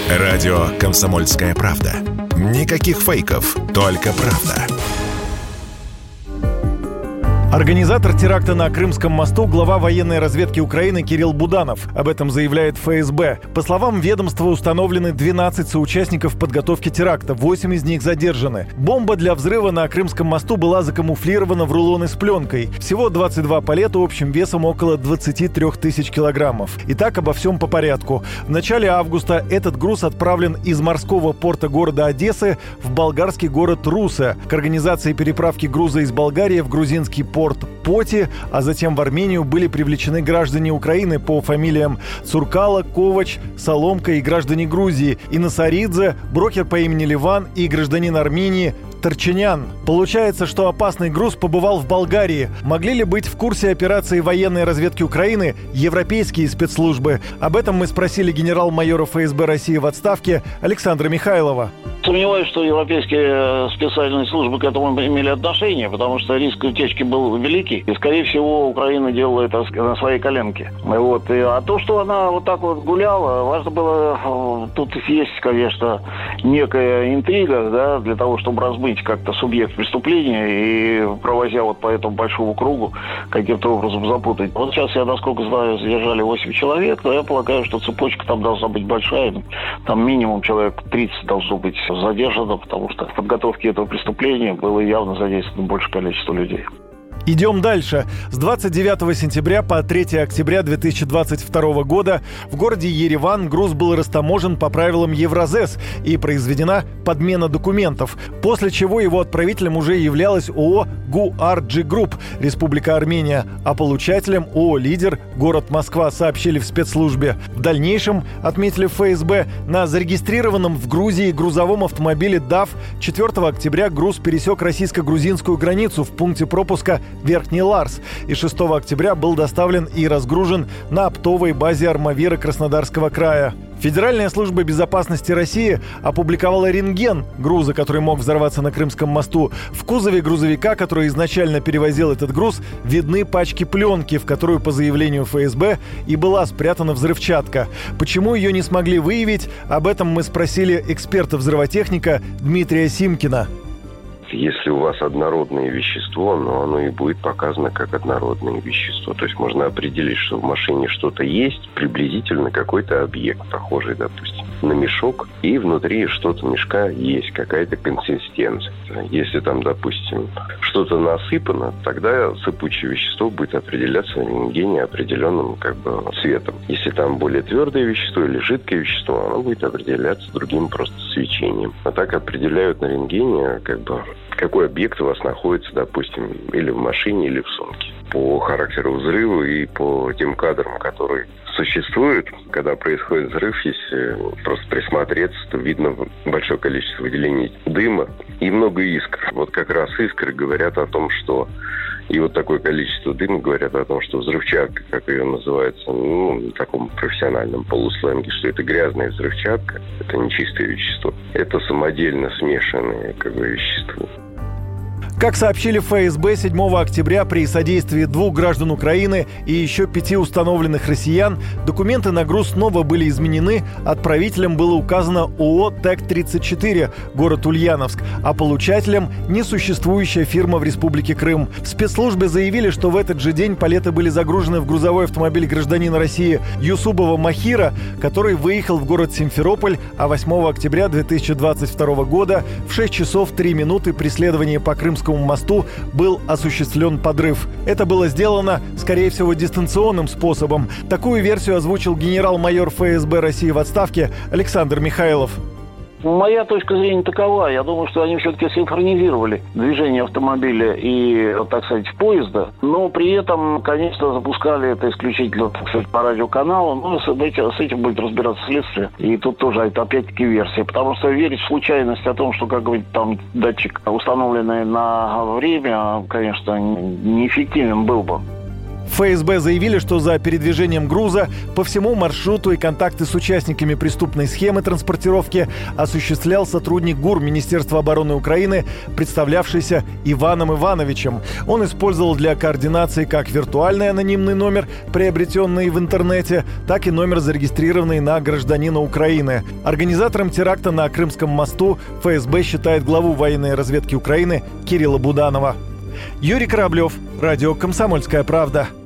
Радио «Комсомольская правда». Никаких фейков, только правда. Организатор теракта на Крымском мосту — глава военной разведки Украины Кирилл Буданов. Об этом заявляет ФСБ. По словам ведомства, установлены 12 соучастников подготовки теракта, 8 из них задержаны. Бомба для взрыва на Крымском мосту была закамуфлирована в рулоны с пленкой. Всего 22 полета общим весом около 23 тысяч килограммов. Итак, обо всем по порядку. В начале августа этот груз отправлен из морского порта города Одессы в болгарский город Русе к организации переправки груза из Болгарии в грузинский порт Поти, а затем в Армению были привлечены граждане Украины по фамилиям Цуркало, Ковач, Соломка и граждане Грузии, Инасаридзе, брокер по имени Ливан и гражданин Армении Торчинян. Получается, что опасный груз побывал в Болгарии. Могли ли быть в курсе операции военной разведки Украины европейские спецслужбы? Об этом мы спросили генерал-майора ФСБ России в отставке Александра Михайлова. Сомневаюсь, что европейские специальные службы к этому имели отношение, потому что риск утечки был великий. И, скорее всего, Украина делала это на своей коленке. А то, что она вот так вот гуляла, важно было... Тут есть, конечно, некая интрига, да, для того, чтобы размыть как-то субъект преступления и, провозя вот по этому большому кругу, каким-то образом запутать. Вот сейчас, я, насколько знаю, задержали 8 человек, но я полагаю, что цепочка там должна быть большая. Там минимум человек 30 должно быть задержано, потому что в подготовке этого преступления было явно задействовано большее количество людей. Идем дальше. С 29 сентября по 3 октября 2022 года в городе Ереван груз был растаможен по правилам Евразес и произведена подмена документов, после чего его отправителем уже являлась ООО «ГУ-АР-Джи Групп», Республика Армения, а получателем ООО «Лидер», город Москва, сообщили в спецслужбе. В дальнейшем, отметили в ФСБ, на зарегистрированном в Грузии грузовом автомобиле ДАФ 4 октября груз пересек российско-грузинскую границу в пункте пропуска Верхний Ларс, и 6 октября был доставлен и разгружен на оптовой базе Армавира Краснодарского края. Федеральная служба безопасности России опубликовала рентген груза, который мог взорваться на Крымском мосту. В кузове грузовика, который изначально перевозил этот груз, видны пачки пленки, в которую, по заявлению ФСБ, и была спрятана взрывчатка. Почему ее не смогли выявить, об этом мы спросили эксперта-взрывотехника Дмитрия Симкина. Если у вас однородное вещество, но оно и будет показано как однородное вещество. То есть можно определить, что в машине что-то есть, приблизительно какой-то объект, похожий, допустим, на мешок, и внутри что-то мешка есть, какая-то консистенция. Если там, допустим, что-то насыпано, тогда сыпучее вещество будет определяться на рентгене определенным цветом. Если там более твердое вещество или жидкое вещество, оно будет определяться другим просто свечением. А так определяют на рентгене какой объект у вас находится, допустим, или в машине, или в сумке. По характеру взрыва и по тем кадрам, которые существуют, когда происходит взрыв, если просто присмотреться, то видно большое количество выделений дыма и много искр. Вот как раз искры говорят о том, что и вот такое количество дыма говорят о том, что взрывчатка, как ее называется, в таком профессиональном полусленге, что это грязная взрывчатка, это не чистое вещество. Это самодельно смешанное вещество. Как сообщили в ФСБ, 7 октября при содействии 2 граждан Украины и еще 5 установленных россиян документы на груз снова были изменены, отправителем было указано ООО «ТЭК-34», город Ульяновск, а получателем – несуществующая фирма в Республике Крым. В спецслужбе заявили, что в этот же день палеты были загружены в грузовой автомобиль гражданина России Юсупова Махира, который выехал в город Симферополь, а 8 октября 2022 года в 6 часов 3 минуты при следовании по Крымскому мосту был осуществлен подрыв. Это было сделано, скорее всего, дистанционным способом. Такую версию озвучил генерал-майор ФСБ России в отставке Александр Михайлов. Моя точка зрения такова. Я думаю, что они все-таки синхронизировали движение автомобиля и, так сказать, поезда. Но при этом, конечно, запускали это исключительно, так сказать, по радиоканалу. Но с этим будет разбираться следствие. И тут тоже это опять-таки версия. Потому что верить в случайность о том, что, как говорит, там датчик, установленный на время, конечно, неэффективен был бы. В ФСБ заявили, что за передвижением груза по всему маршруту и контакты с участниками преступной схемы транспортировки осуществлял сотрудник ГУР Министерства обороны Украины, представлявшийся Иваном Ивановичем. Он использовал для координации как виртуальный анонимный номер, приобретенный в интернете, так и номер, зарегистрированный на гражданина Украины. Организатором теракта на Крымском мосту ФСБ считает главу военной разведки Украины Кирилла Буданова. Юрий Кораблев, радио «Комсомольская правда».